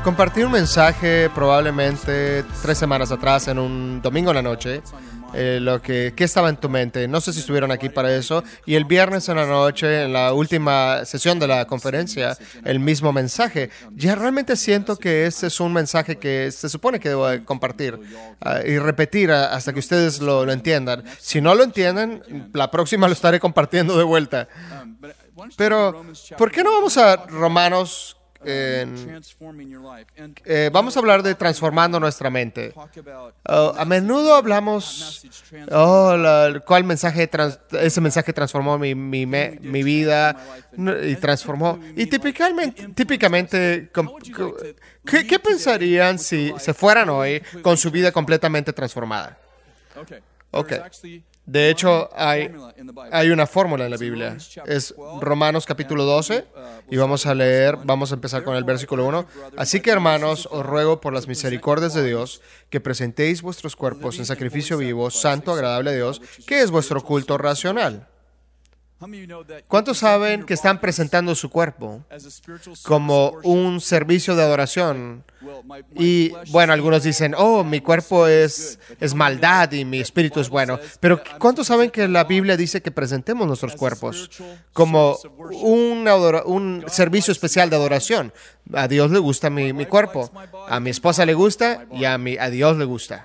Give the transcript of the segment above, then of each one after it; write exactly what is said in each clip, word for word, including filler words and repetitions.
compartí un mensaje probablemente tres semanas atrás en un domingo en la noche. Eh, lo que ¿Qué estaba en tu mente? No sé si estuvieron aquí para eso. Y el viernes en la noche, en la última sesión de la conferencia, el mismo mensaje. Ya realmente siento que este es un mensaje que se supone que debo compartir uh, y repetir uh, hasta que ustedes lo, lo entiendan. Si no lo entienden, la próxima lo estaré compartiendo de vuelta. Pero, ¿por qué no vamos a Romanos? En, eh, vamos a hablar de transformando nuestra mente. Uh, a menudo hablamos, oh, la, ¿cuál mensaje trans, ese mensaje transformó mi, mi, me, mi vida y transformó? Y típicamente, típicamente ¿qué, ¿qué pensarían si se fueran hoy con su vida completamente transformada? Ok. De hecho, hay, hay una fórmula en la Biblia. Es Romanos capítulo doce, y vamos a leer, vamos a empezar con el versículo uno. Así que, hermanos, os ruego por las misericordias de Dios que presentéis vuestros cuerpos en sacrificio vivo, santo, agradable a Dios, que es vuestro culto racional. ¿Cuántos saben que están presentando su cuerpo como un servicio de adoración? Y, bueno, algunos dicen, oh, mi cuerpo es, es maldad y mi espíritu es bueno. Pero ¿cuántos saben que la Biblia dice que presentemos nuestros cuerpos como un, adora- un servicio especial de adoración? A Dios le gusta mi, mi cuerpo, a mi esposa le gusta y a, mi, a Dios le gusta.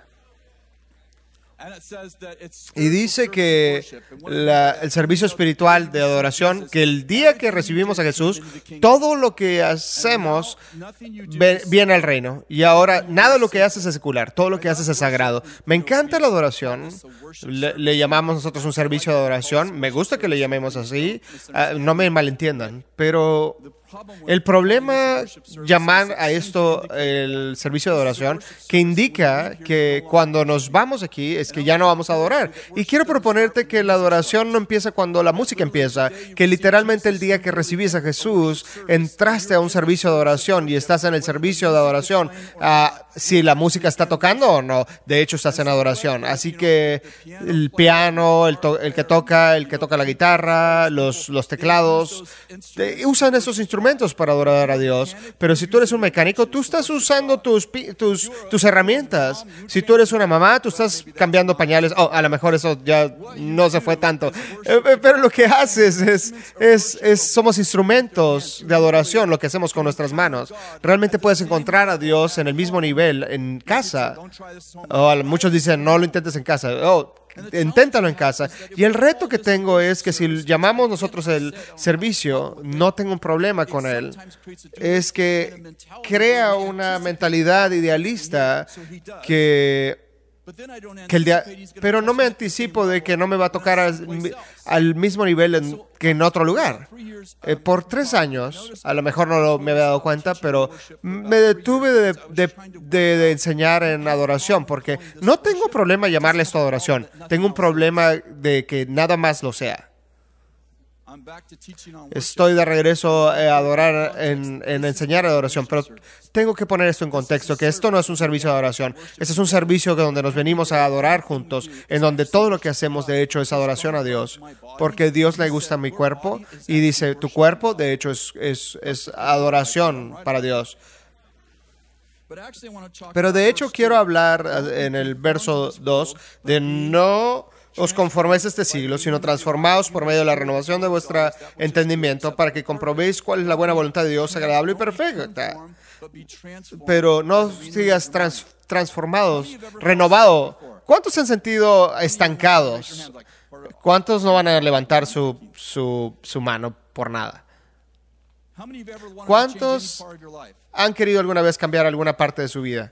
Y dice que la, el servicio espiritual de adoración, que el día que recibimos a Jesús, todo lo que hacemos viene al reino. Y ahora, nada de lo que haces es secular, todo lo que haces es sagrado. Me encanta la adoración, le, le llamamos nosotros un servicio de adoración, me gusta que le llamemos así, uh, no me malentiendan, pero el problema llamar a esto el servicio de adoración, que indica que cuando nos vamos aquí es que ya no vamos a adorar. Y quiero proponerte que la adoración no empieza cuando la música empieza, que literalmente el día que recibís a Jesús, entraste a un servicio de adoración y estás en el servicio de adoración, uh, si la música está tocando o no, de hecho estás en adoración. Así que el piano, el, to- el que toca, el que toca la guitarra, los, los teclados, te, usan esos instrumentos para adorar a Dios. Pero si tú eres un mecánico, tú estás usando tus, tus, tus herramientas. Si tú eres una mamá, tú estás cambiando pañales. Oh, a lo mejor eso ya no se fue tanto. Eh, pero lo que haces es, es, es, somos instrumentos de adoración, lo que hacemos con nuestras manos. Realmente puedes encontrar a Dios en el mismo nivel en casa. Oh, muchos dicen, no lo intentes en casa. Oh, inténtalo en casa. Y el reto que tengo es que si llamamos nosotros el servicio, no tengo un problema con él. Es que crea una mentalidad idealista que, que el día, pero no me anticipo de que no me va a tocar al, al mismo nivel en, que en otro lugar. Eh, por tres años, a lo mejor no lo, me había dado cuenta, pero me detuve de, de, de, de enseñar en adoración, porque no tengo problema llamarle esto adoración. Tengo un problema de que nada más lo sea. Estoy de regreso a adorar, en, en enseñar adoración, pero tengo que poner esto en contexto, que esto no es un servicio de adoración. Este es un servicio donde nos venimos a adorar juntos, en donde todo lo que hacemos, de hecho, es adoración a Dios, porque Dios le gusta mi cuerpo y dice, tu cuerpo, de hecho, es, es, es adoración para Dios. Pero de hecho quiero hablar en el verso dos de no os conforméis a este siglo, sino transformaos por medio de la renovación de vuestro entendimiento para que comprobéis cuál es la buena voluntad de Dios, agradable y perfecta. Pero no sigas trans, transformados, renovado. ¿Cuántos se han sentido estancados? ¿Cuántos no van a levantar su, su, su mano por nada? ¿Cuántos han querido alguna vez cambiar alguna parte de su vida?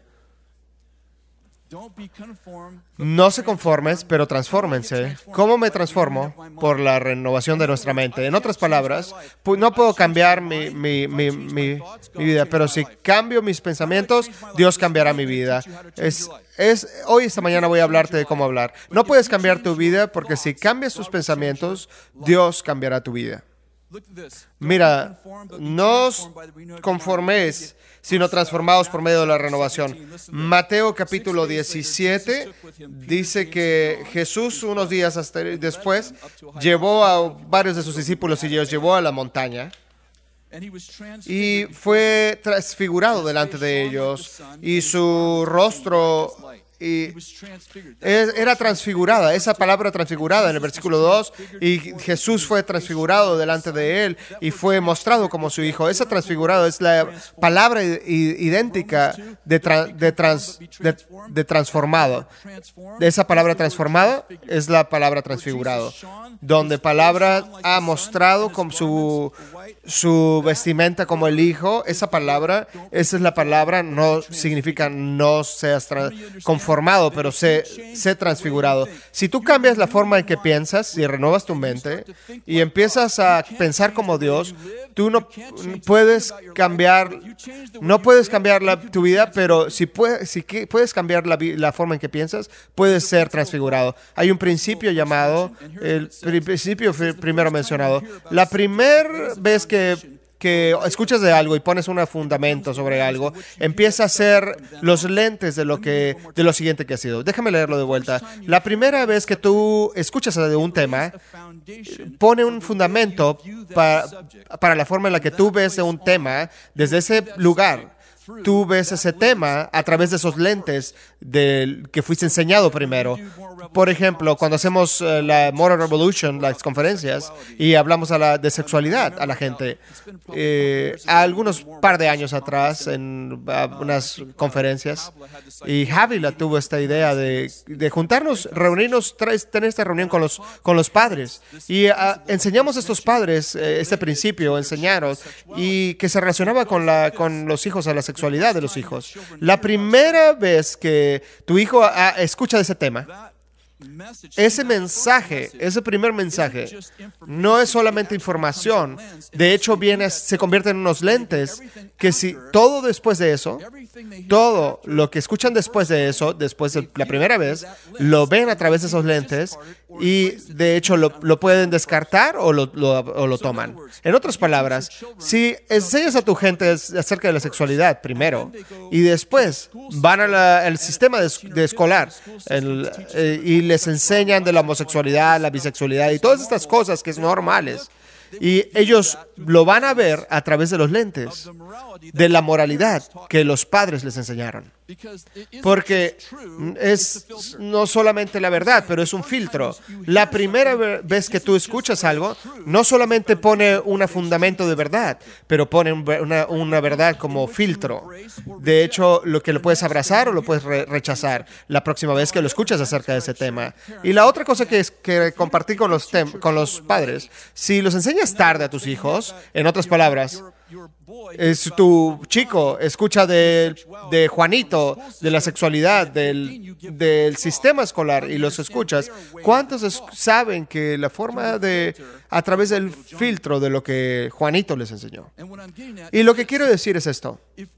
No se conformes, pero transfórmense. ¿Cómo me transformo? Por la renovación de nuestra mente. En otras palabras, no puedo cambiar mi, mi, mi, mi, mi vida, pero si cambio mis pensamientos, Dios cambiará mi vida. Es, es, hoy, esta mañana, voy a hablarte de cómo hablar. No puedes cambiar tu vida porque si cambias tus pensamientos, Dios cambiará tu vida. Mira, no os conforméis, sino transformados por medio de la renovación. Mateo capítulo diecisiete dice que Jesús unos días hasta después llevó a varios de sus discípulos y los llevó a la montaña. y fue transfigurado delante de ellos, y su rostro y era transfigurada, esa palabra transfigurada en el versículo dos, y Jesús fue transfigurado delante de él y fue mostrado como su hijo. Esa transfigurado es la palabra idéntica de, tra, de, trans, de, de transformado. Esa palabra transformada es la palabra transfigurado, donde palabra ha mostrado con su, su vestimenta como el hijo. Esa palabra, esa es la palabra, no significa no seas conformado, pero sé, sé transfigurado. Si tú cambias la forma en que piensas y renuevas tu mente y empiezas a pensar como Dios, tú no puedes cambiar, no puedes cambiar la, tu vida, pero si puedes, si puedes cambiar la, la forma en que piensas, puedes ser transfigurado. Hay un principio llamado, el principio primero mencionado. La primera vez que que escuchas de algo y pones un fundamento sobre algo, empieza a ser los lentes de lo que de lo siguiente que ha sido. Déjame leerlo de vuelta. La primera vez que tú escuchas de un tema, pone un fundamento para, para la forma en la que tú ves de un tema desde ese lugar. Tú ves ese tema a través de esos lentes del que fuiste enseñado primero. Por ejemplo, cuando hacemos uh, la Moral Revolution, las conferencias, y hablamos a la, de sexualidad a la gente, eh, a algunos par de años atrás, en uh, unas conferencias, y Javila tuvo esta idea de, de juntarnos, reunirnos, tener esta reunión con los, con los padres, y uh, enseñamos a estos padres eh, este principio, enseñaros, y que se relacionaba con, la, con los hijos, a la sexualidad de los hijos. La primera vez que tu hijo a, escucha de ese tema, ese mensaje, ese primer mensaje, no es solamente información. De hecho, viene, se convierte en unos lentes que si todo después de eso, todo lo que escuchan después de eso, después de la primera vez, lo ven a través de esos lentes y de hecho lo, lo pueden descartar o lo, lo, o lo toman. En otras palabras, si enseñas a tu gente acerca de la sexualidad primero y después van al sistema de, de escolar el, eh, y les enseñan de la homosexualidad, la bisexualidad y todas estas cosas que es normales, y ellos lo van a ver a través de los lentes de la moralidad que los padres les enseñaron. Porque es no solamente la verdad, pero es un filtro. La primera vez que tú escuchas algo, no solamente pone un fundamento de verdad, pero pone una, una verdad como filtro. De hecho, lo que lo puedes abrazar o lo puedes re rechazar la próxima vez que lo escuchas acerca de ese tema. Y la otra cosa que, es, que compartí con los, con los padres, si los enseñas tarde a tus hijos, en otras palabras, es tu chico escucha de, de Juanito, de la sexualidad, del, del sistema escolar, y los escuchas, ¿cuántos es, saben que la forma de, a través del filtro de lo que Juanito les enseñó? Y lo que quiero decir es esto.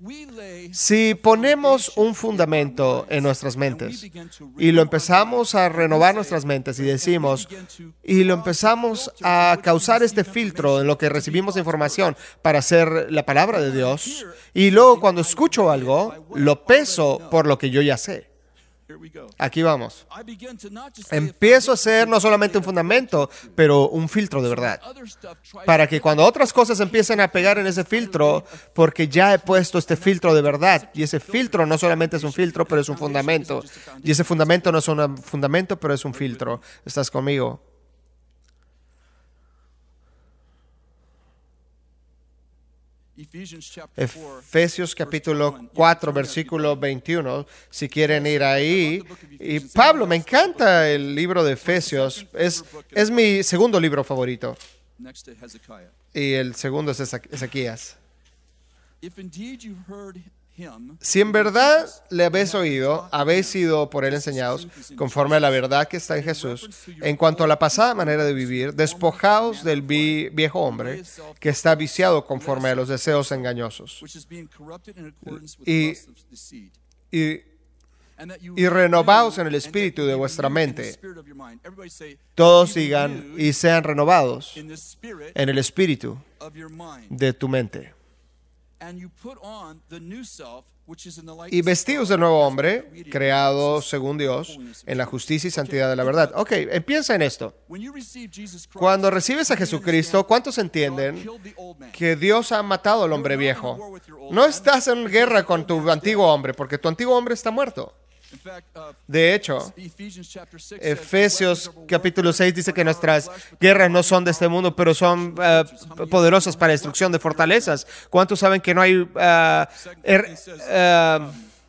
Si ponemos un fundamento en nuestras mentes y lo empezamos a renovar nuestras mentes y decimos, y lo empezamos a causar este filtro en lo que recibimos información para hacer la palabra de Dios, y luego cuando escucho algo, lo peso por lo que yo ya sé. Aquí vamos. Empiezo a hacer no solamente un fundamento, pero un filtro de verdad. Para que cuando otras cosas empiecen a pegar en ese filtro, porque ya he puesto este filtro de verdad. Y ese filtro no solamente es un filtro, pero es un fundamento. Y ese fundamento no es un fundamento, pero es un filtro. ¿Estás conmigo? Efesios capítulo cuatro, versículo veintiuno, si quieren ir ahí. Y Pablo, me encanta el libro de Efesios, es, es mi segundo libro favorito. Y el segundo es Ezequías. Si en verdad le habéis oído, habéis sido por él enseñados, conforme a la verdad que está en Jesús, en cuanto a la pasada manera de vivir, despojaos del viejo hombre, que está viciado conforme a los deseos engañosos, y, y, y renovaos en el espíritu de vuestra mente. Todos sigan y sean renovados en el espíritu de tu mente. y vestíos del nuevo hombre, creado según Dios, en la justicia y santidad de la verdad. Ok, piensa en esto. Cuando recibes a Jesucristo, ¿cuántos entienden que Dios ha matado al hombre viejo? No estás en guerra con tu antiguo hombre, porque tu antiguo hombre está muerto. De hecho, Efesios capítulo seis dice que nuestras guerras no son de este mundo, pero son uh, poderosas para destrucción de fortalezas. ¿Cuántos saben que no hay uh, er, uh,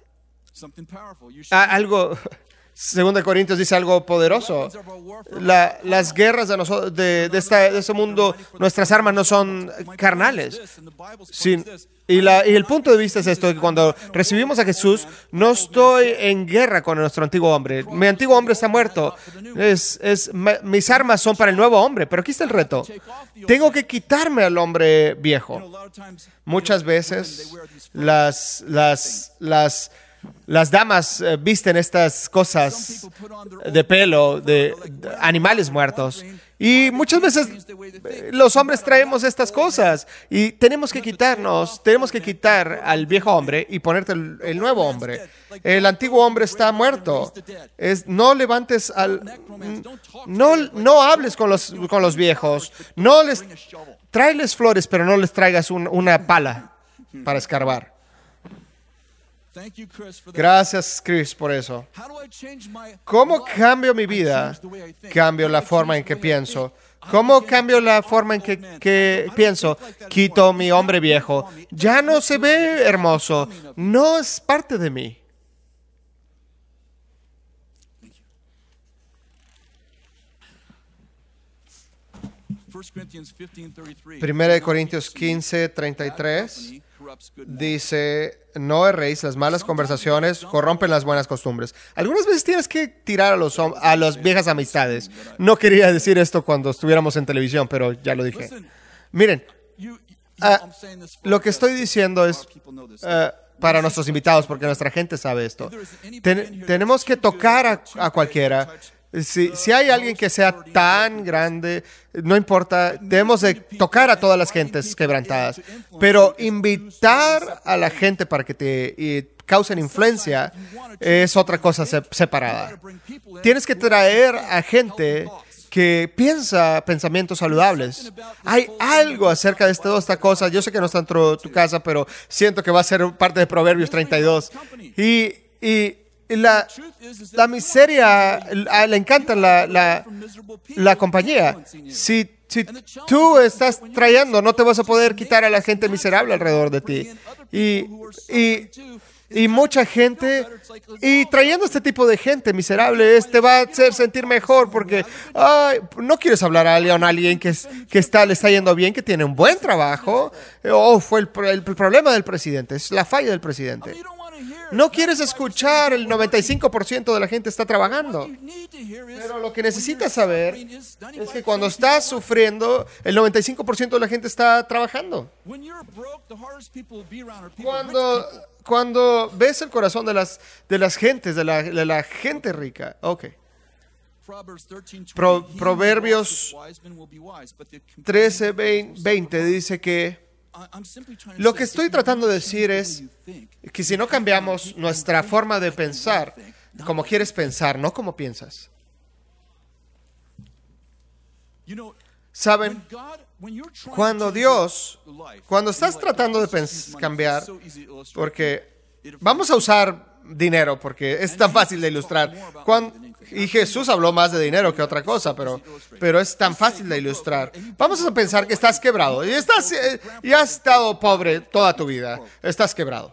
algo... Segunda Corintios dice algo poderoso. La, las guerras de, nosotros, de, de, esta, de este mundo, nuestras armas no son carnales. Sin, y, la, y el punto de vista es esto, que cuando recibimos a Jesús, no estoy en guerra con nuestro antiguo hombre. Mi antiguo hombre está muerto. Es, es, mis armas son para el nuevo hombre. Pero aquí está el reto. Tengo que quitarme al hombre viejo. Muchas veces las... las, las Las damas eh, visten estas cosas de pelo de, de animales muertos. Y muchas veces eh, los hombres traemos estas cosas. Y tenemos que quitarnos, tenemos que quitar al viejo hombre y ponerte el, el nuevo hombre. El antiguo hombre está muerto. Es, no levantes al... No, no hables con los, con los viejos. No les... Tráeles flores, pero no les traigas un, una pala para escarbar. Gracias, Chris, por eso. ¿Cómo cambio mi vida? Cambio la forma en que pienso. ¿Cómo cambio la forma en que, que pienso? Quito mi hombre viejo. Ya no se ve hermoso. No es parte de mí. Primera de Corintios quince, treinta y tres dice, no erréis, las malas conversaciones corrompen las buenas costumbres. Algunas veces tienes que tirar a, los, a las viejas amistades. No quería decir esto cuando estuviéramos en televisión, pero ya lo dije. Miren, uh, lo que estoy diciendo es... Uh, para nuestros invitados, porque nuestra gente sabe esto. Ten, tenemos que tocar a, a cualquiera. Si, si hay alguien que sea tan grande, no importa, debemos de tocar a todas las gentes quebrantadas, pero invitar a la gente para que te y, causen influencia es otra cosa se, separada. Tienes que traer a gente que piensa pensamientos saludables. Hay algo acerca de esta, esta cosa, yo sé que no está en tu, tu casa, pero siento que va a ser parte de Proverbios treinta y dos. Y... y La, la miseria, le encanta la, la, la compañía. Si, si tú estás trayendo, no te vas a poder quitar a la gente miserable alrededor de ti. Y, y, y mucha gente, y trayendo este tipo de gente miserable, te va a hacer sentir mejor porque ay, no quieres hablar a alguien, a alguien que, que está, le está yendo bien, que tiene un buen trabajo. Oh, fue el, el problema del presidente, es la falla del presidente. No quieres escuchar, el noventa y cinco por ciento de la gente está trabajando. Pero lo que necesitas saber es que cuando estás sufriendo, el noventa y cinco por ciento de la gente está trabajando. Cuando, cuando ves el corazón de las, de las gentes, de la, de la gente rica. Ok. Pro, Proverbios trece, veinte dice que lo que estoy tratando de decir es que si no cambiamos nuestra forma de pensar, como quieres pensar, no como piensas. ¿Saben? Cuando Dios, cuando estás tratando de pens- cambiar, porque vamos a usar dinero, porque es tan fácil de ilustrar. Cuando, y Jesús habló más de dinero que otra cosa, pero, pero es tan fácil de ilustrar. Vamos a pensar que estás quebrado y, estás, y has estado pobre toda tu vida. Estás quebrado.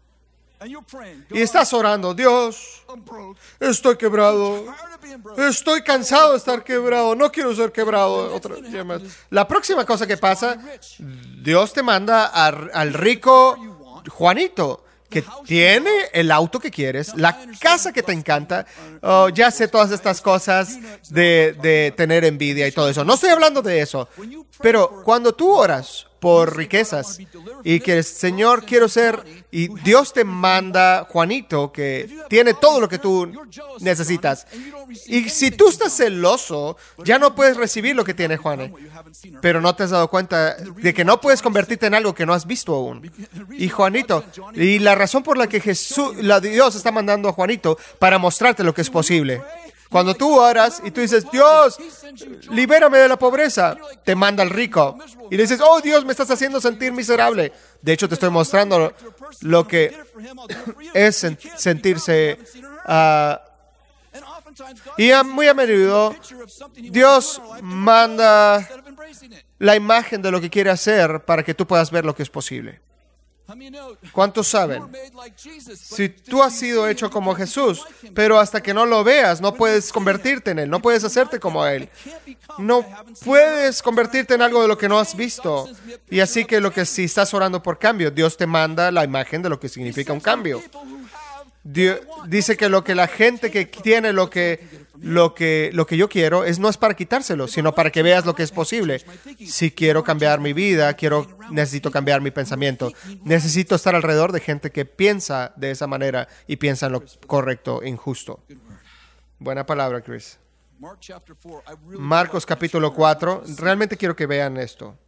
Y estás orando, Dios, estoy quebrado, estoy cansado de estar quebrado, no quiero ser quebrado. Otra, la próxima cosa que pasa, Dios te manda a, al rico Juanito, que tiene el auto que quieres, la casa que te encanta. Oh, ya sé todas estas cosas de, de tener envidia y todo eso. No estoy hablando de eso. Pero cuando tú oras por riquezas y que, Señor, quiero ser, y Dios te manda Juanito, que tiene todo lo que tú necesitas. Y si tú estás celoso, ya no puedes recibir lo que tiene Juan, pero no te has dado cuenta de que no puedes convertirte en algo que no has visto aún. Y Juanito, y la razón por la que Jesús, la Dios está mandando a Juanito para mostrarte lo que es posible. Cuando tú oras y tú dices, Dios, libérame de la pobreza, te manda el rico. Y le dices, oh Dios, me estás haciendo sentir miserable. De hecho, te estoy mostrando lo que es sentirse... Uh, y muy a menudo, Dios manda la imagen de lo que quiere hacer para que tú puedas ver lo que es posible. ¿Cuántos saben? Si tú has sido hecho como Jesús, pero hasta que no lo veas, no puedes convertirte en Él, no puedes hacerte como Él. No puedes convertirte en algo de lo que no has visto. Y así que lo que si estás orando por cambio, Dios te manda la imagen de lo que significa un cambio. Dios dice que lo que la gente que tiene lo que, lo que, lo que yo quiero es no es para quitárselo, sino para que veas lo que es posible. Si quiero cambiar mi vida, quiero, necesito cambiar mi pensamiento. Necesito estar alrededor de gente que piensa de esa manera y piensa en lo correcto e injusto. Buena palabra, Chris. Marcos capítulo cuatro. Realmente quiero que vean esto.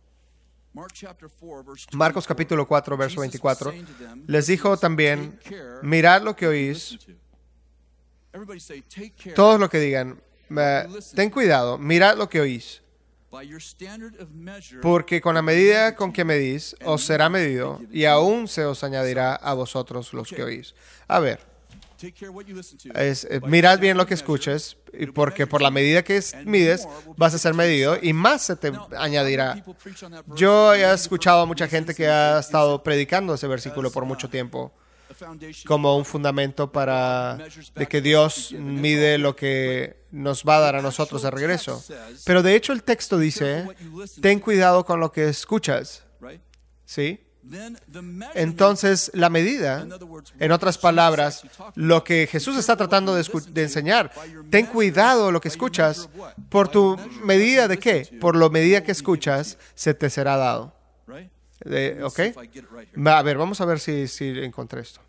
Marcos capítulo cuatro, verso veinticuatro. Les dijo también, mirad lo que oís. Todos lo que digan, ten cuidado, mirad lo que oís. Porque con la medida con que medís, os será medido, y aún se os añadirá a vosotros los que oís. A ver. Es, eh, mirad bien lo que escuches, porque por la medida que es, mides, vas a ser medido y más se te añadirá. Yo he escuchado a mucha gente que ha estado predicando ese versículo por mucho tiempo como un fundamento para de que Dios mide lo que nos va a dar a nosotros de regreso. Pero de hecho el texto dice, ten cuidado con lo que escuchas. ¿Sí? Entonces, la medida, en otras palabras, lo que Jesús está tratando de, de enseñar, ten cuidado lo que escuchas, por tu medida de qué, por la medida que escuchas, se te será dado. Eh, ¿Ok? A ver, vamos a ver si, si encontré esto.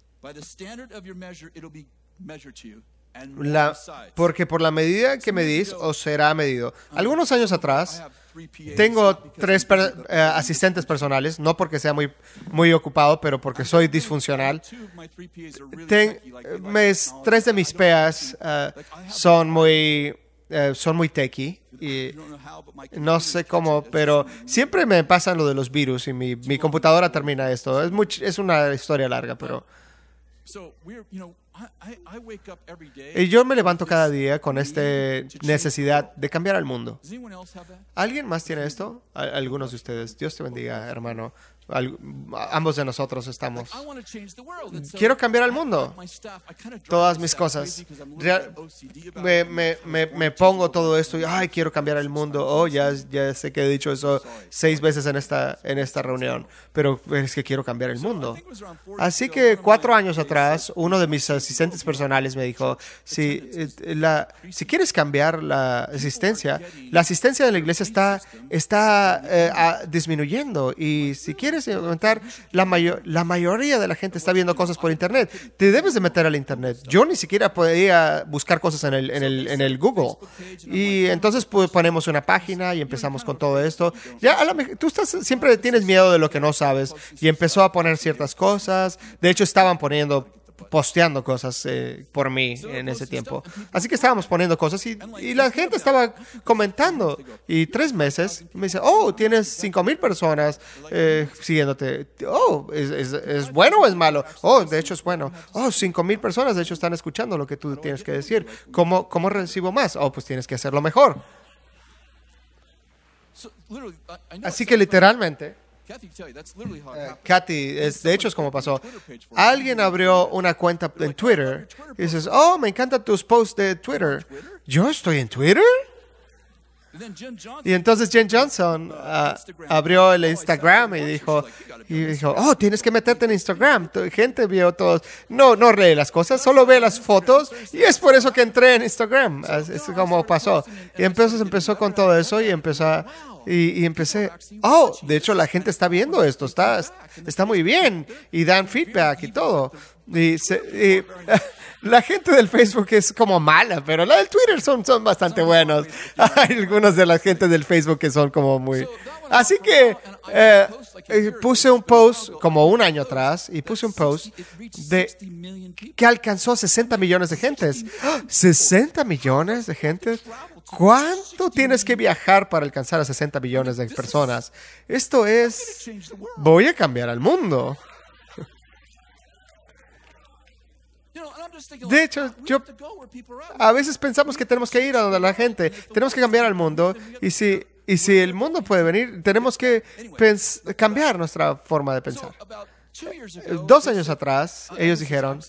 La, porque por la medida que medís, os será medido. Algunos años atrás, tengo tres per, uh, asistentes personales, no porque sea muy, muy ocupado, pero porque soy disfuncional. Ten, mes, tres de mis P As uh, son muy, uh, son muy techy. Y no sé cómo, pero siempre me pasan lo de los virus y mi, mi computadora termina esto. Es, muy, es una historia larga, pero... Y yo me levanto cada día con esta necesidad de cambiar al mundo. ¿Alguien más tiene esto? Algunos de ustedes. Dios te bendiga, hermano. Al, ambos de nosotros estamos. Quiero cambiar al mundo. Todas mis cosas. Real, me, me, me, me pongo todo esto y, ay, quiero cambiar el mundo. Oh, ya, ya sé que he dicho eso seis veces en esta, en esta reunión, pero es que quiero cambiar el mundo. Así que cuatro años atrás, uno de mis asistentes personales me dijo, si, la, si quieres cambiar la asistencia, la asistencia de la iglesia está, está eh, a, disminuyendo y si quieres aumentar, la, mayor, la mayoría de la gente está viendo cosas por internet. Te debes de meter al internet. Yo ni siquiera podía buscar cosas en el, en el, en el Google. Y entonces pues, ponemos una página y empezamos con todo esto. Ya, a la, tú estás, siempre tienes miedo de lo que no sabes. Y empezó a poner ciertas cosas. De hecho, estaban poniendo... posteando cosas eh, por mí en ese tiempo. Así que estábamos poniendo cosas y, y la gente estaba comentando. Y tres meses me dice, oh, tienes cinco mil personas eh, siguiéndote. Oh, ¿es, es, ¿es bueno o es malo? Oh, de hecho es bueno. Oh, cinco mil personas de hecho están escuchando lo que tú tienes que decir. ¿Cómo, cómo recibo más? Oh, pues tienes que hacerlo mejor. Así que literalmente... Uh, Kathy, es, de hecho es como pasó. Alguien abrió una cuenta en Twitter y dices, oh, me encantan tus posts de Twitter. ¿Yo estoy en Twitter? Y entonces Jen Johnson uh, abrió el Instagram y dijo, y dijo, oh, tienes que meterte en Instagram. Gente vio todos. No, no lee las cosas, solo ve las fotos y es por eso que entré en Instagram. Es como pasó. Y entonces empezó con todo eso y empezó a, Y, y empecé, oh, de hecho la gente está viendo esto, está, está muy bien, y dan feedback y todo. Y, se, y la gente del Facebook es como mala, pero la del Twitter son, son bastante buenos. Hay algunos de la gente del Facebook que son como muy... Así que eh, puse un post como un año atrás y puse un post de que alcanzó sesenta millones de gentes. ¿sesenta millones de gentes? ¿Cuánto tienes que viajar para alcanzar a sesenta millones de personas? Esto es... Voy a cambiar al mundo. De hecho, yo a veces pensamos que tenemos que ir a donde la gente, tenemos que cambiar al mundo, y si, y si el mundo puede venir, tenemos que pens- cambiar nuestra forma de pensar. Dos años atrás, ellos dijeron,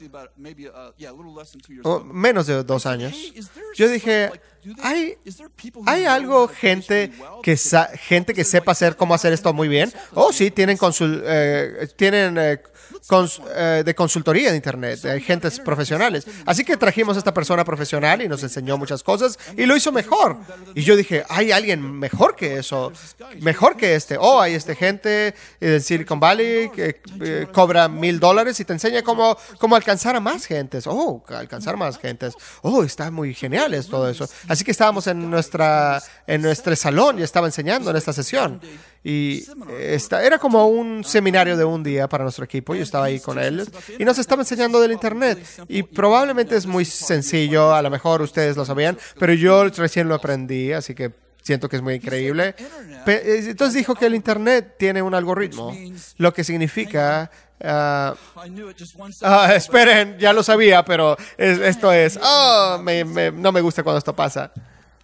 o menos de dos años, yo dije, ¿hay, hay algo, gente que, sa- gente que sepa hacer cómo hacer esto muy bien? Oh, sí, tienen, consul- eh, tienen eh, cons- eh, de consultoría de Internet, hay gentes profesionales. Así que trajimos a esta persona profesional y nos enseñó muchas cosas y lo hizo mejor. Y yo dije, ¿hay alguien mejor que eso? Mejor que este. Oh, hay esta gente en Silicon Valley que eh, cobra mil dólares y te enseña cómo, cómo alcanzar a más gentes. Oh, alcanzar más gentes. Oh, está muy genial es todo eso. Así que estábamos en, nuestra, en nuestro salón y estaba enseñando en esta sesión. Y esta, era como un seminario de un día para nuestro equipo. Yo estaba ahí con él y nos estaba enseñando del Internet. Y probablemente es muy sencillo, a lo mejor ustedes lo sabían, pero yo recién lo aprendí, así que siento que es muy increíble. Pe- Entonces dijo que el Internet tiene un algoritmo, lo que significa... Uh, uh, esperen, ya lo sabía, pero es, esto es... Oh, me, me, no me gusta cuando esto pasa.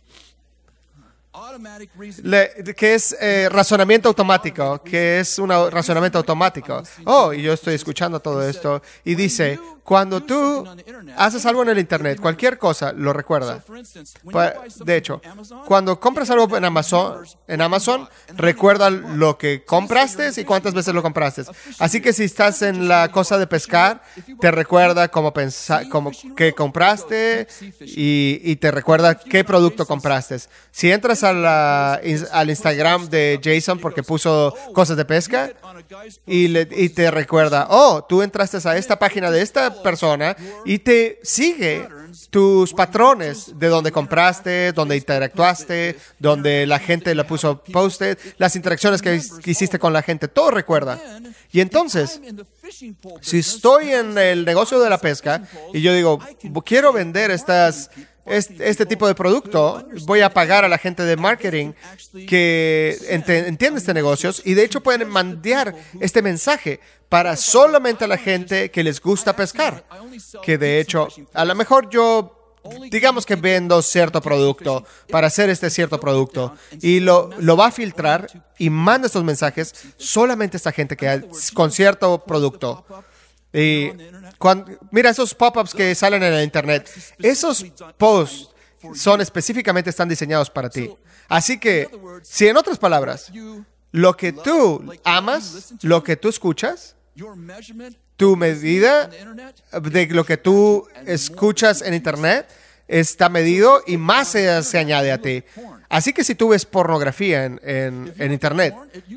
Le, que es eh, razonamiento automático, que es un razonamiento automático. Oh, y yo estoy escuchando todo esto y dice, cuando tú haces algo en el Internet, cualquier cosa, lo recuerda. De hecho, cuando compras algo en Amazon, en Amazon, recuerda lo que compraste y cuántas veces lo compraste. Así que si estás en la cosa de pescar, te recuerda cómo pensa, cómo, qué compraste y, y te recuerda qué producto compraste. Si entras a la, al Instagram de Jason porque puso cosas de pesca y, le, y te recuerda, oh, tú entraste a esta página de esta persona y te sigue tus patrones de donde compraste, donde interactuaste, donde la gente le puso posted, las interacciones que, que hiciste con la gente, todo recuerda. Y entonces, si estoy en el negocio de la pesca y yo digo, quiero vender estas... Este, este tipo de producto, voy a pagar a la gente de marketing que ent- entiende este negocio y de hecho pueden mandar este mensaje para solamente a la gente que les gusta pescar. Que de hecho, a lo mejor yo, digamos que vendo cierto producto para hacer este cierto producto y lo, lo va a filtrar y manda estos mensajes solamente a esta gente que con cierto producto. Y cuando, mira esos pop-ups que salen en el Internet. Esos posts son específicamente, están diseñados para ti. Así que, si en otras palabras, lo que tú amas, lo que tú escuchas, tu medida de lo que tú escuchas en Internet está medido y más se, se añade a ti. Así que si tú ves pornografía en, en, en Internet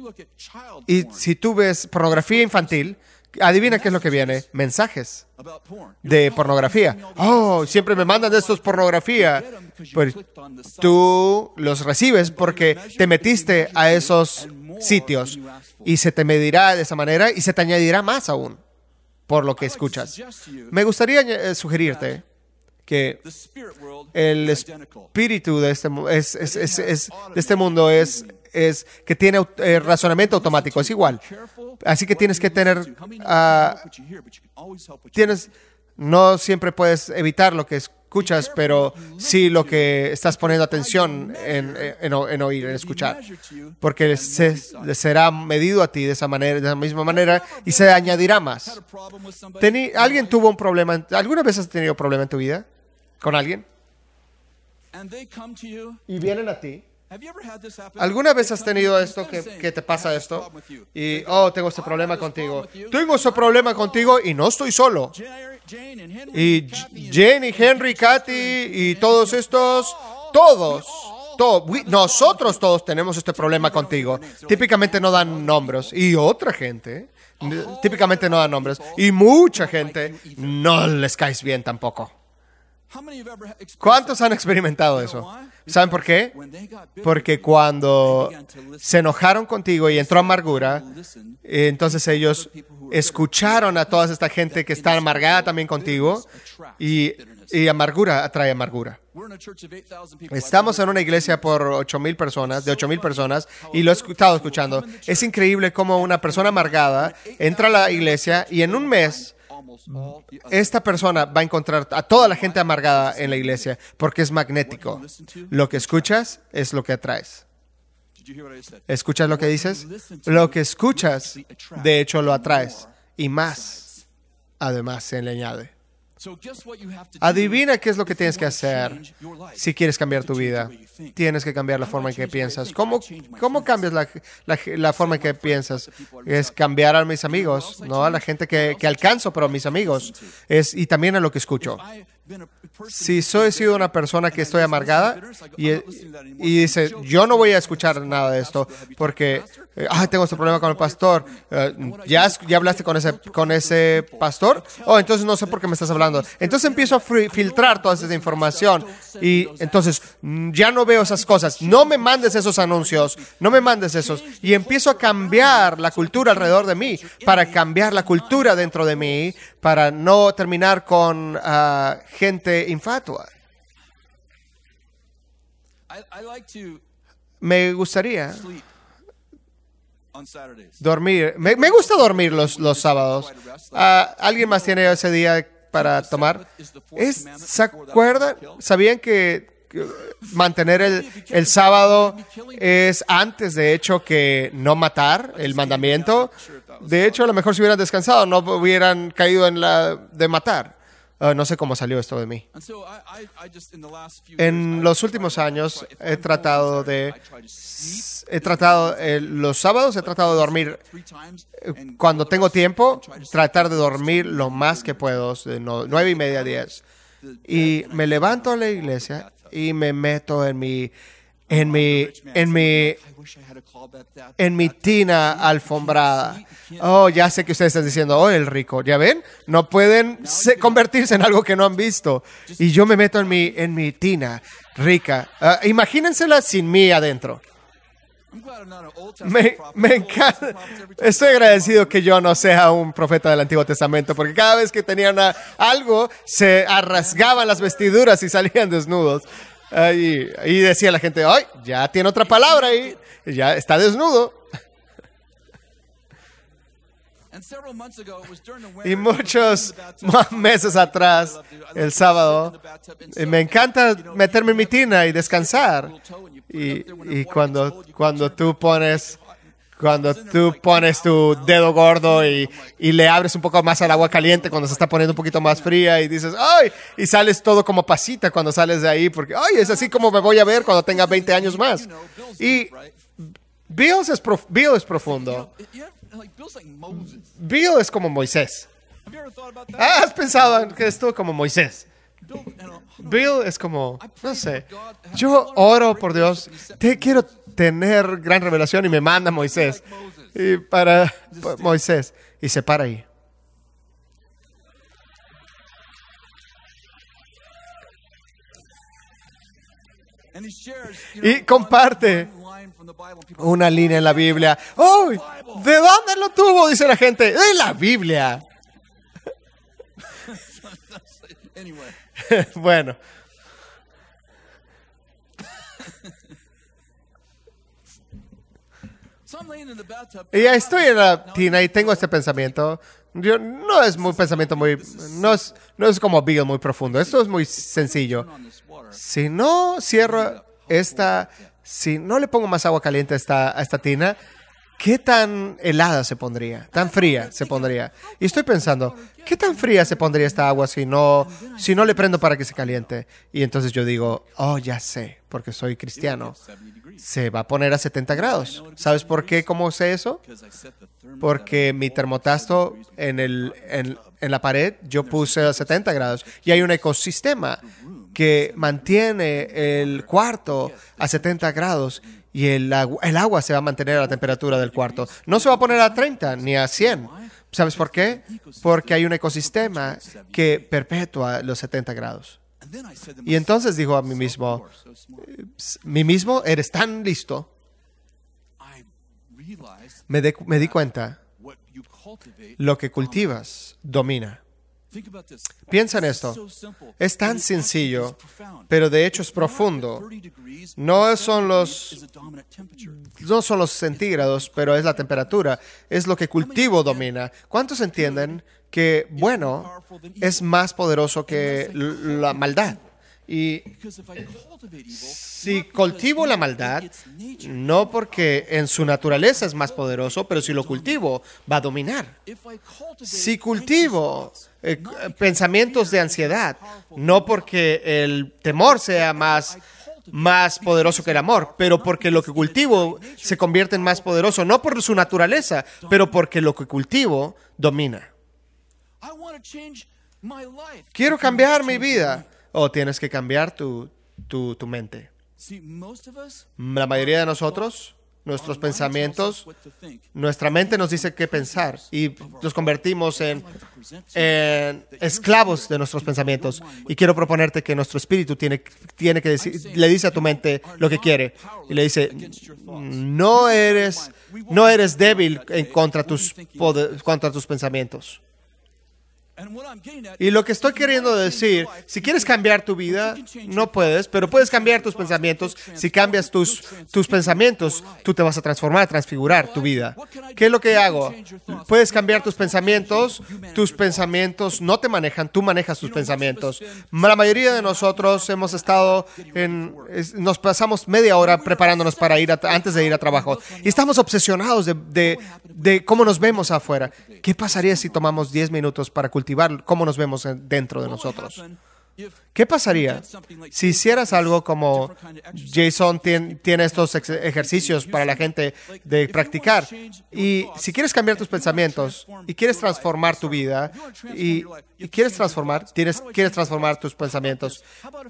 y si tú ves pornografía infantil, adivina qué es lo que viene. Mensajes de pornografía. Oh, siempre me mandan de estos pornografía. Pues tú los recibes porque te metiste a esos sitios y se te medirá de esa manera y se te añadirá más aún por lo que escuchas. Me gustaría eh, sugerirte que el espíritu de este, es, es, es, es, de este mundo es, es que tiene eh, razonamiento automático, es igual. Así que tienes que tener... Uh, tienes, no siempre puedes evitar lo que escuchas, pero sí lo que estás poniendo atención en, en, en oír, en escuchar. Porque se, será medido a ti de esa manera, de la misma manera, y se añadirá más. Tení, ¿Alguien tuvo un problema? ¿Alguna vez has tenido un problema en tu vida? ¿Con alguien? Y vienen a ti. ¿Alguna vez has tenido esto, que, que te pasa esto? Y, oh, tengo este problema contigo. Tengo ese problema contigo y no estoy solo. Y Jane y Henry, Kathy y todos estos, todos, to- we- nosotros todos tenemos este problema contigo. Típicamente no dan nombres. Y otra gente, típicamente no dan nombres. Y mucha gente no les caes bien tampoco. ¿Cuántos han experimentado eso? ¿Saben por qué? Porque cuando se enojaron contigo y entró amargura, entonces ellos escucharon a toda esta gente que está amargada también contigo, y, y amargura atrae amargura. Estamos en una iglesia por ocho mil personas, de ocho mil personas, y lo he estado escuchando. Es increíble cómo una persona amargada entra a la iglesia y en un mes esta persona va a encontrar a toda la gente amargada en la iglesia porque es magnético. Lo que escuchas es lo que atraes. ¿Escuchas lo que dices? Lo que escuchas, de hecho, lo atraes. Y más, además, se le añade. Adivina qué es lo que tienes que hacer si quieres cambiar tu vida. Tienes que cambiar la forma en que piensas. ¿Cómo, cómo cambias la, la, la forma en que piensas? Es cambiar a mis amigos, no a la gente que, que alcanzo, pero a mis amigos. Es, y también a lo que escucho. Si soy sido una persona que estoy amargada y, y dice, yo no voy a escuchar nada de esto porque eh, ah, tengo este problema con el pastor. Uh, ¿ya, ¿Ya hablaste con ese, con ese pastor? Oh, entonces no sé por qué me estás hablando. Entonces empiezo a filtrar toda esa información y entonces ya no veo esas cosas. No me mandes esos anuncios, no me mandes esos. Y empiezo a cambiar la cultura alrededor de mí para cambiar la cultura dentro de mí, para no terminar con uh, gente infatua. Me gustaría dormir. Me, me gusta dormir los, los sábados. Uh, ¿Alguien más tiene ese día para tomar? Es, ¿Se acuerdan? ¿Sabían que mantener el, el sábado es antes, de hecho, que no matar, el mandamiento? De hecho, a lo mejor si hubieran descansado, no hubieran caído en la de matar. Uh, no sé cómo salió esto de mí. En los últimos años he tratado de... He tratado... Eh, los sábados he tratado de dormir eh, cuando tengo tiempo, tratar de dormir lo más que puedo, de no, nueve y media, diez. Y me levanto a la iglesia y me meto en mi... En mi... En mi... En mi tina alfombrada. Oh, ya sé que ustedes están diciendo, oh, el rico. ¿Ya ven? No pueden se- convertirse en algo que no han visto. Y yo me meto en mi, en mi tina rica. Uh, imagínensela sin mí adentro. Me, me encanta. Estoy agradecido que yo no sea un profeta del Antiguo Testamento, porque cada vez que tenían a- algo, se rasgaban las vestiduras y salían desnudos. Uh, y, y decía la gente, ¡ay, ya tiene otra palabra ahí! Ya está desnudo. Y muchos meses atrás, el sábado, me encanta meterme en mi tina y descansar. Y, y cuando, cuando tú pones... Cuando tú pones tu dedo gordo y, y le abres un poco más al agua caliente cuando se está poniendo un poquito más fría y dices, ¡ay! Y sales todo como pasita cuando sales de ahí porque, ¡ay! Es así como me voy a ver cuando tenga veinte años más. Y Bill es, prof, Bill es profundo. Bill es como Moisés. ¿Has pensado que es tú como Moisés? Bill es como, no sé, yo oro por Dios, te quiero tener gran revelación y me manda Moisés. Y para Moisés, y se para ahí. Y comparte una línea en la Biblia. ¡Oh! ¿De dónde lo tuvo? Dice la gente. De la Biblia. Bueno. Y ya estoy en la tina y tengo este pensamiento. Yo, no es un pensamiento muy... No es, no es como Bill muy profundo. Esto es muy sencillo. Si no cierro esta... Si no le pongo más agua caliente a esta, a esta tina, ¿qué tan helada se pondría? ¿Tan fría se pondría? Y estoy pensando, ¿qué tan fría se pondría esta agua si no, si no le prendo para que se caliente? Y entonces yo digo, oh, ya sé, porque soy cristiano. Se va a poner a setenta grados. ¿Sabes por qué? ¿Cómo sé eso? Porque mi termostato en, el, en, en la pared yo puse a setenta grados. Y hay un ecosistema que mantiene el cuarto a setenta grados y el agua, el agua se va a mantener a la temperatura del cuarto. No se va a poner a treinta ni a cien. ¿Sabes por qué? Porque hay un ecosistema que perpetúa los setenta grados. Y entonces digo a mí mismo, mí mismo, eres tan listo. Me, de, me di cuenta, lo que cultivas domina. Piensa en esto. Es tan sencillo, pero de hecho es profundo. No son los, no son los centígrados, pero es la temperatura. Es lo que cultivo domina. ¿Cuántos entienden que bueno es más poderoso que la maldad? Y si cultivo la maldad, no porque en su naturaleza es más poderoso, pero si lo cultivo, va a dominar. Si cultivo eh, pensamientos de ansiedad, no porque el temor sea más, más poderoso que el amor, pero porque lo que cultivo se convierte en más poderoso, no por su naturaleza, pero porque lo que cultivo domina. Quiero cambiar mi vida. O oh, tienes que cambiar tu, tu, tu mente. La mayoría de nosotros, nuestros pensamientos, nuestra mente nos dice qué pensar y nos convertimos en, en esclavos de nuestros pensamientos. Y quiero proponerte que nuestro espíritu tiene, tiene que decir, le dice a tu mente lo que quiere. Y le dice, no eres, no eres débil en contra tus, contra tus pensamientos. Y lo que estoy queriendo decir, si quieres cambiar tu vida, no puedes, pero puedes cambiar tus pensamientos. Si cambias tus, tus pensamientos, tú te vas a transformar, a transfigurar tu vida. ¿Qué es lo que hago? Puedes cambiar tus pensamientos. Tus pensamientos no te manejan, tú manejas tus pensamientos. La mayoría de nosotros hemos estado en... Nos pasamos media hora preparándonos para ir a, antes de ir a trabajo. Y estamos obsesionados de, de, de cómo nos vemos afuera. ¿Qué pasaría si tomamos diez minutos para cultivar cómo nos vemos dentro de nosotros? ¿Qué pasaría si hicieras algo como Jason tiene, tiene estos ex ejercicios para la gente de practicar? Y si quieres cambiar tus pensamientos y quieres transformar tu vida y, y quieres transformar, tienes, quieres transformar tus pensamientos.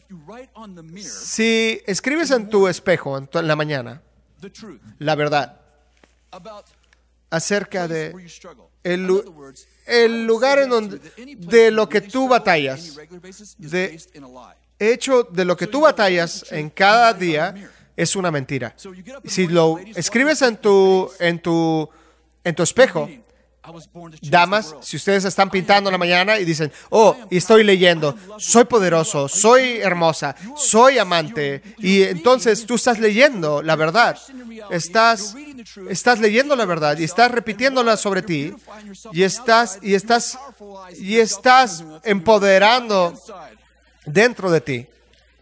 Si escribes en tu espejo en, tu, en la mañana la verdad acerca de el, el lugar en donde de lo que tú batallas, de hecho de lo que tú batallas en cada día es una mentira. Si lo escribes en tu en tu en tu espejo, damas, si ustedes están pintando en la mañana y dicen, oh, y estoy leyendo, soy poderoso, soy hermosa, soy amante, y entonces tú estás leyendo la verdad, estás, estás leyendo la verdad y estás repitiéndola sobre ti, y estás, y estás, y estás empoderando dentro de ti.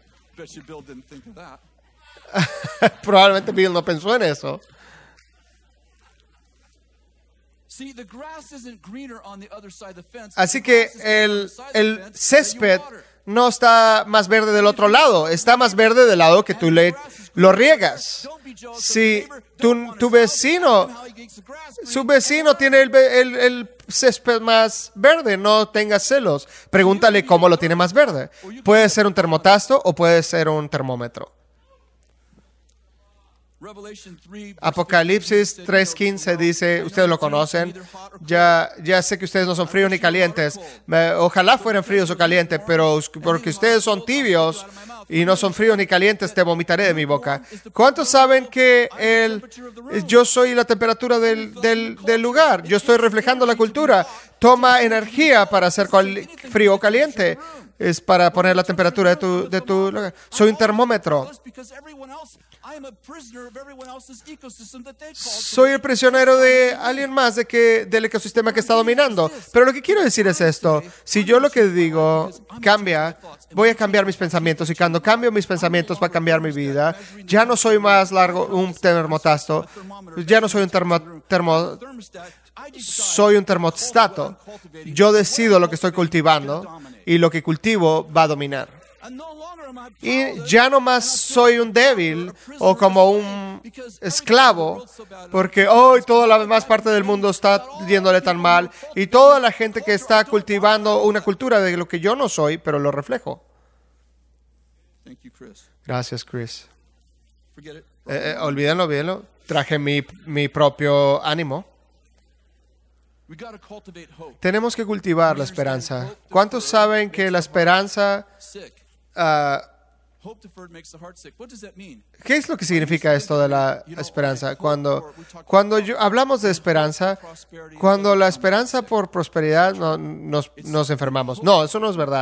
Probablemente Bill no pensó en eso. Así que el, el césped no está más verde del otro lado, está más verde del lado que tú le, lo riegas. Si tu, tu vecino, su vecino tiene el, el, el césped más verde, no tengas celos. Pregúntale cómo lo tiene más verde. Puede ser un termotasto o puede ser un termómetro. Apocalipsis tres quince dice, ustedes lo conocen, ya, ya sé que ustedes no son fríos ni calientes, Me, ojalá fueran fríos o calientes, pero porque ustedes son tibios y no son fríos ni calientes, te vomitaré de mi boca. ¿Cuántos saben que el, yo soy la temperatura del, del, del lugar? Yo estoy reflejando la cultura. Toma energía para hacer frío o caliente. Es para poner la temperatura de tu, de tu lugar. Soy un termómetro. Soy el prisionero de alguien más de que, del ecosistema que está dominando. Pero lo que quiero decir es esto. Si yo lo que digo cambia, voy a cambiar mis pensamientos. Y cuando cambio mis pensamientos va a cambiar mi vida. Ya no soy más largo un termotasto. Ya no soy un termo, termo, soy un termostato. Yo decido lo que estoy cultivando y lo que cultivo va a dominar. Y ya no más soy un débil o como un esclavo, porque hoy toda la demás parte del mundo está yéndole tan mal y toda la gente que está cultivando una cultura de lo que yo no soy, pero lo reflejo. Gracias, Chris. Eh, eh, olvídenlo, olvídenlo. Traje mi, mi propio ánimo. Tenemos que cultivar la esperanza. ¿Cuántos saben que la esperanza... Uh, ¿Qué es lo que significa esto de la esperanza? Cuando, cuando yo, hablamos de esperanza, cuando la esperanza por prosperidad no, nos, nos enfermamos. No, eso no es verdad.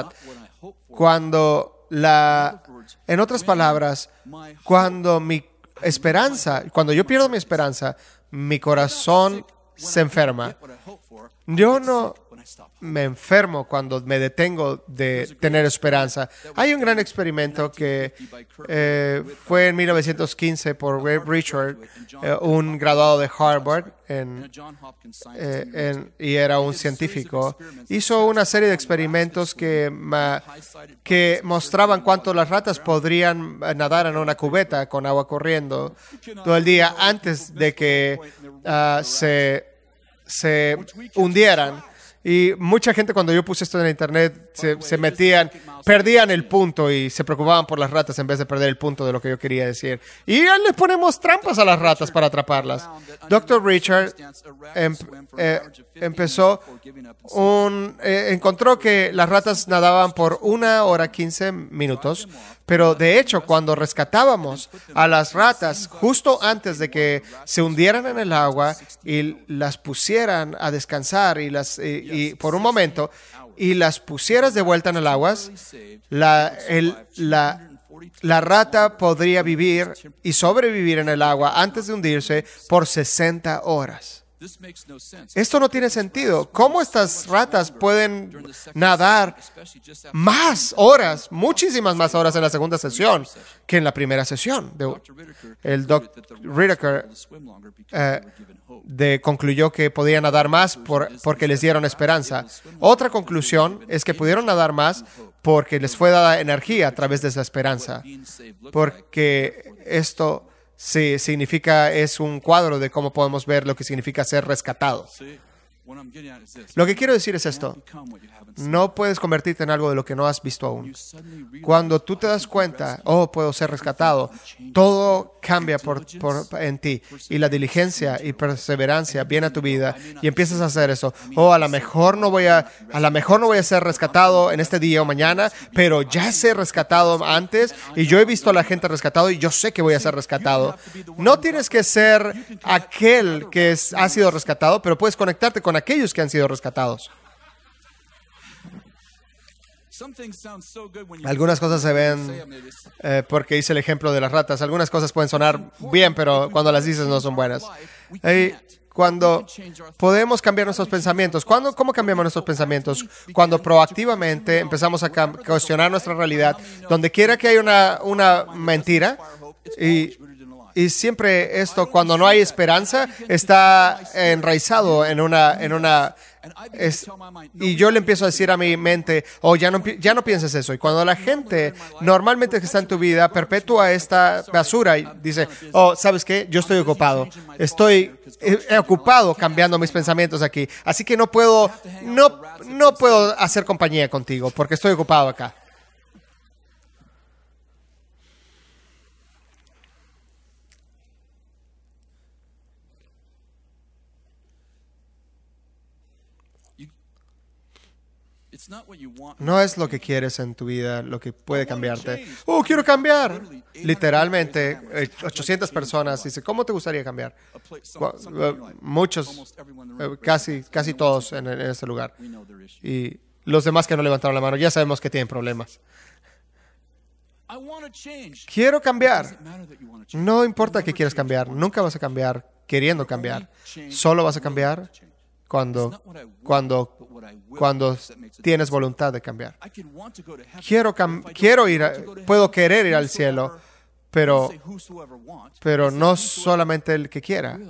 Cuando la... En otras palabras, cuando mi esperanza, cuando yo pierdo mi esperanza, mi corazón se enferma. Yo no me enfermo cuando me detengo de tener esperanza. Hay un gran experimento que eh, fue en mil novecientos quince por Ray Richard, eh, un graduado de Harvard, en, eh, en, y era un científico. Hizo una serie de experimentos que, ma, que mostraban cuánto las ratas podrían nadar en una cubeta con agua corriendo todo el día antes de que uh, se, se hundieran. Y mucha gente, cuando yo puse esto en internet, se, se metían, perdían el punto y se preocupaban por las ratas en vez de perder el punto de lo que yo quería decir. Y le ponemos trampas a las ratas para atraparlas. doctor Richard em, eh, empezó un, eh, encontró que las ratas nadaban por una hora quince minutos, pero de hecho, cuando rescatábamos a las ratas justo antes de que se hundieran en el agua y las pusieran a descansar y las y, y por un momento y las pusieras de vuelta en el agua, la, el, la, la rata podría vivir y sobrevivir en el agua antes de hundirse por sesenta horas. Esto no tiene sentido. ¿Cómo estas ratas pueden nadar más horas, muchísimas más horas en la segunda sesión que en la primera sesión? El doctor Whitaker eh, de, concluyó que podían nadar más por, porque les dieron esperanza. Otra conclusión es que pudieron nadar más porque les fue dada energía a través de esa esperanza. Porque esto... Sí, significa, es un cuadro de cómo podemos ver lo que significa ser rescatado. Lo que quiero decir es esto. No puedes convertirte en algo de lo que no has visto aún. Cuando tú te das cuenta, oh, puedo ser rescatado, todo cambia por, por, en ti. Y la diligencia y perseverancia viene a tu vida y empiezas a hacer eso. Oh, a lo mejor no voy a, a lo mejor no voy a ser rescatado en este día o mañana, pero ya sé rescatado antes y yo he visto a la gente rescatado y yo sé que voy a ser rescatado. No tienes que ser aquel que es, ha sido rescatado, pero puedes conectarte con aquellos que han sido rescatados. Algunas cosas se ven, eh, porque hice el ejemplo de las ratas, algunas cosas pueden sonar bien, pero cuando las dices no son buenas. Y cuando podemos cambiar nuestros pensamientos, ¿cuándo, ¿cómo cambiamos nuestros pensamientos? Cuando proactivamente empezamos a cuestionar nuestra realidad, donde quiera que haya una, una mentira, y Y siempre esto, cuando no hay esperanza, está enraizado en una... En una es, y yo le empiezo a decir a mi mente, oh, ya no, ya no pienses eso. Y cuando la gente normalmente que está en tu vida perpetúa esta basura y dice, oh, ¿sabes qué? Yo estoy ocupado. Estoy eh, ocupado cambiando mis pensamientos aquí. Así que no puedo, no, no puedo hacer compañía contigo porque estoy ocupado acá. No es lo que quieres en tu vida lo que puede cambiarte. ¡Oh, quiero cambiar! Literalmente, ochocientas personas dicen, ¿cómo te gustaría cambiar? Muchos, casi, casi todos en, en este lugar. Y los demás que no levantaron la mano, ya sabemos que tienen problemas. Quiero cambiar. No importa que quieras cambiar, nunca vas a cambiar queriendo cambiar. Solo vas a cambiar cuando, cuando, cuando tienes voluntad de cambiar. Quiero, cam- quiero ir, a, puedo querer ir al cielo, pero, pero no solamente el que quiera,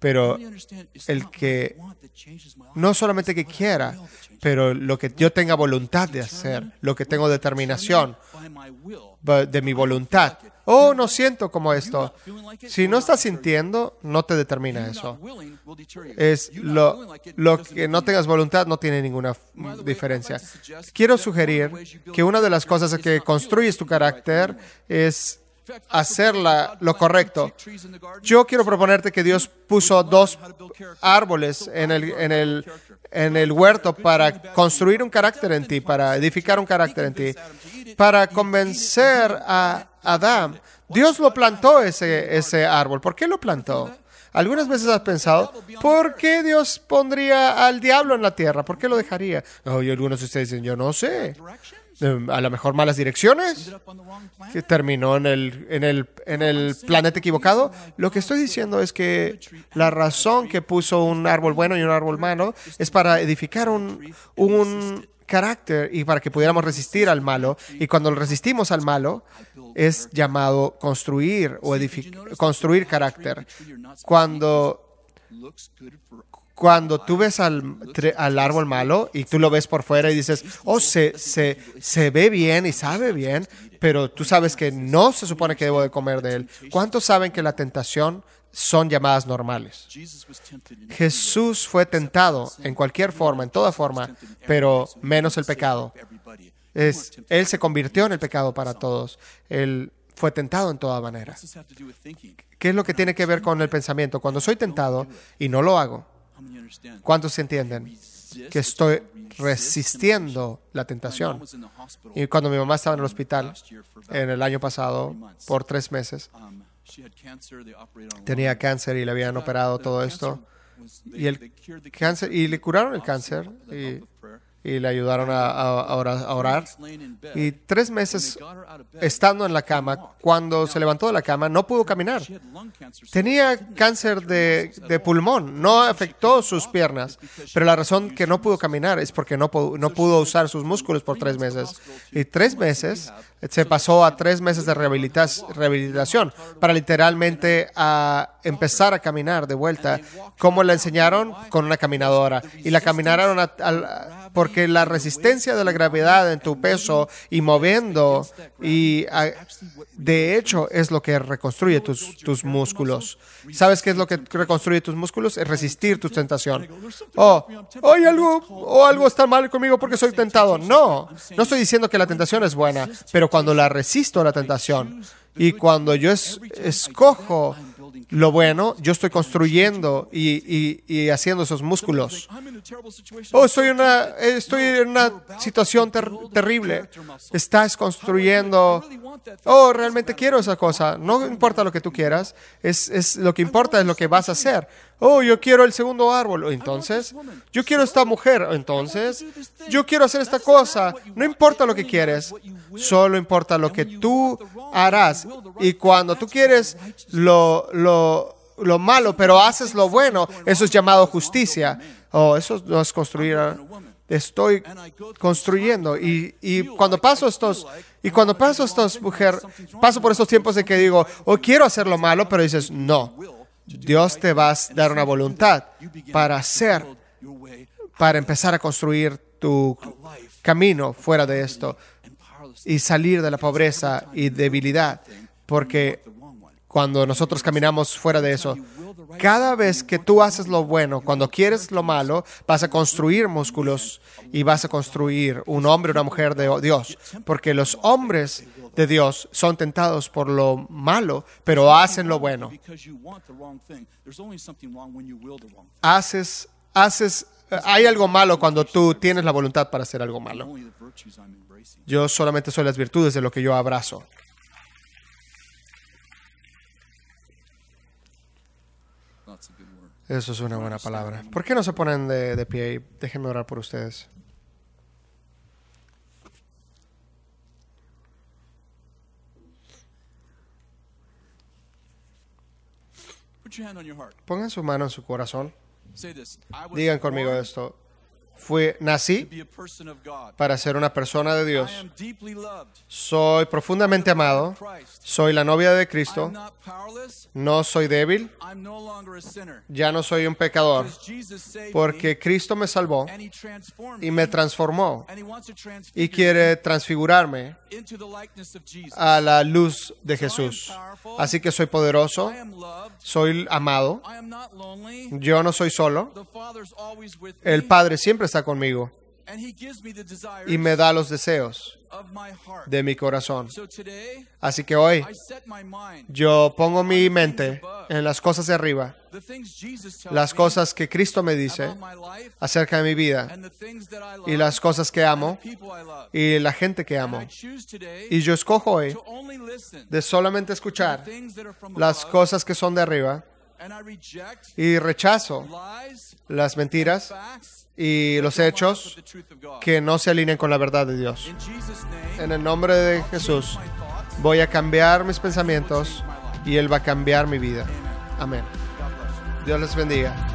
pero el que no solamente que quiera, pero lo que yo tenga voluntad de hacer, lo que tengo determinación de mi voluntad. Oh, no siento como esto. Si no estás sintiendo, no te determina eso. Es lo, lo que no tengas voluntad no tiene ninguna diferencia. Quiero sugerir que una de las cosas que construyes tu carácter es hacer la- lo correcto. Yo quiero proponerte que Dios puso dos árboles en el, en el, en el huerto para construir un carácter en ti, para edificar un carácter en ti, para convencer a Adán. Dios lo plantó ese, ese árbol. ¿Por qué lo plantó? Algunas veces has pensado, ¿por qué Dios pondría al diablo en la tierra? ¿Por qué lo dejaría? Oh, y algunos de ustedes dicen, yo no sé. A lo mejor malas direcciones, que terminó en el, en el, en el planeta equivocado. Lo que estoy diciendo es que la razón que puso un árbol bueno y un árbol malo es para edificar un, un carácter y para que pudiéramos resistir al malo. Y cuando resistimos al malo, es llamado construir o edific- construir carácter. Cuando Cuando tú ves al, tre- al árbol malo y tú lo ves por fuera y dices, oh, se, se, se ve bien y sabe bien, pero tú sabes que no se supone que debo de comer de él. ¿Cuántos saben que la tentación son llamadas normales? Jesús fue tentado en cualquier forma, en toda forma, pero menos el pecado. Es, él se convirtió en el pecado para todos. Él fue tentado en toda manera. ¿Qué es lo que tiene que ver con el pensamiento? Cuando soy tentado y no lo hago, ¿cuántos entienden que estoy resistiendo la tentación? Y cuando mi mamá estaba en el hospital en el año pasado por tres meses, tenía cáncer y le habían operado todo esto. Y el cáncer y le curaron el cáncer y, y le ayudaron a, a- a orar, a orar. Y tres meses estando en la cama, cuando se levantó de la cama, no pudo caminar. Tenía cáncer de, de pulmón, no afectó sus piernas, pero la razón que no pudo caminar es porque no, pu- no pudo usar sus músculos por tres meses. Y tres meses se pasó a tres meses de rehabilitas- rehabilitación para literalmente a empezar a caminar de vuelta. ¿Cómo le enseñaron? Con una caminadora. Y la caminaron a- a- porque la resistencia de la gravedad en tu peso y moviendo, y a- de hecho es lo que reconstruye tus, tus músculos. ¿Sabes qué es lo que reconstruye tus músculos? Es resistir tu tentación. Oh, oh, hay algo, o algo está mal conmigo porque soy tentado. No, no estoy diciendo que la tentación es buena, pero cuando la resisto a la tentación y cuando yo es- escojo lo bueno, yo estoy construyendo y, y- y haciendo esos músculos. Oh, estoy en una, estoy en una situación ter- terrible. Estás construyendo. Oh, realmente quiero esa cosa. No importa lo que tú quieras. Es, es lo que importa es lo que vas a hacer. Oh, yo quiero el segundo árbol. Entonces, yo quiero esta mujer. Entonces, yo quiero hacer esta cosa. No importa lo que quieres. Solo importa lo que tú harás. Y cuando tú quieres lo, lo, lo malo, pero haces lo bueno, eso es llamado justicia. Oh, eso no es construir. ah, Estoy construyendo. Y, y cuando paso estos, y cuando paso estos, mujer, paso por estos tiempos de que digo, oh, quiero hacer lo malo, pero dices, no. Dios te va a dar una voluntad para hacer, para empezar a construir tu camino fuera de esto y salir de la pobreza y debilidad. Porque cuando nosotros caminamos fuera de eso, cada vez que tú haces lo bueno, cuando quieres lo malo, vas a construir músculos y vas a construir un hombre o una mujer de Dios. Porque los hombres de Dios son tentados por lo malo, pero hacen lo bueno. Haces, haces, hay algo malo cuando tú tienes la voluntad para hacer algo malo. Yo solamente soy las virtudes de lo que yo abrazo. Eso es una buena palabra. ¿Por qué no se ponen de, de pie? Y déjenme orar por ustedes. Pongan su mano en su corazón. Digan conmigo esto. Fui, nací para ser una persona de Dios. Soy profundamente amado. Soy la novia de Cristo. No soy débil. Ya no soy un pecador. Porque Cristo me salvó y me transformó. Y quiere transfigurarme a la luz de Jesús. Así que soy poderoso. Soy amado. Yo no soy solo. El Padre siempre está conmigo y me da los deseos de mi corazón. Así que hoy yo pongo mi mente en las cosas de arriba, las cosas que Cristo me dice acerca de mi vida y las cosas que amo y la gente que amo. Y yo escojo hoy de solamente escuchar las cosas que son de arriba y rechazo las mentiras y los hechos que no se alinean con la verdad de Dios. En el nombre de Jesús voy a cambiar mis pensamientos y Él va a cambiar mi vida. Amén. Dios les bendiga.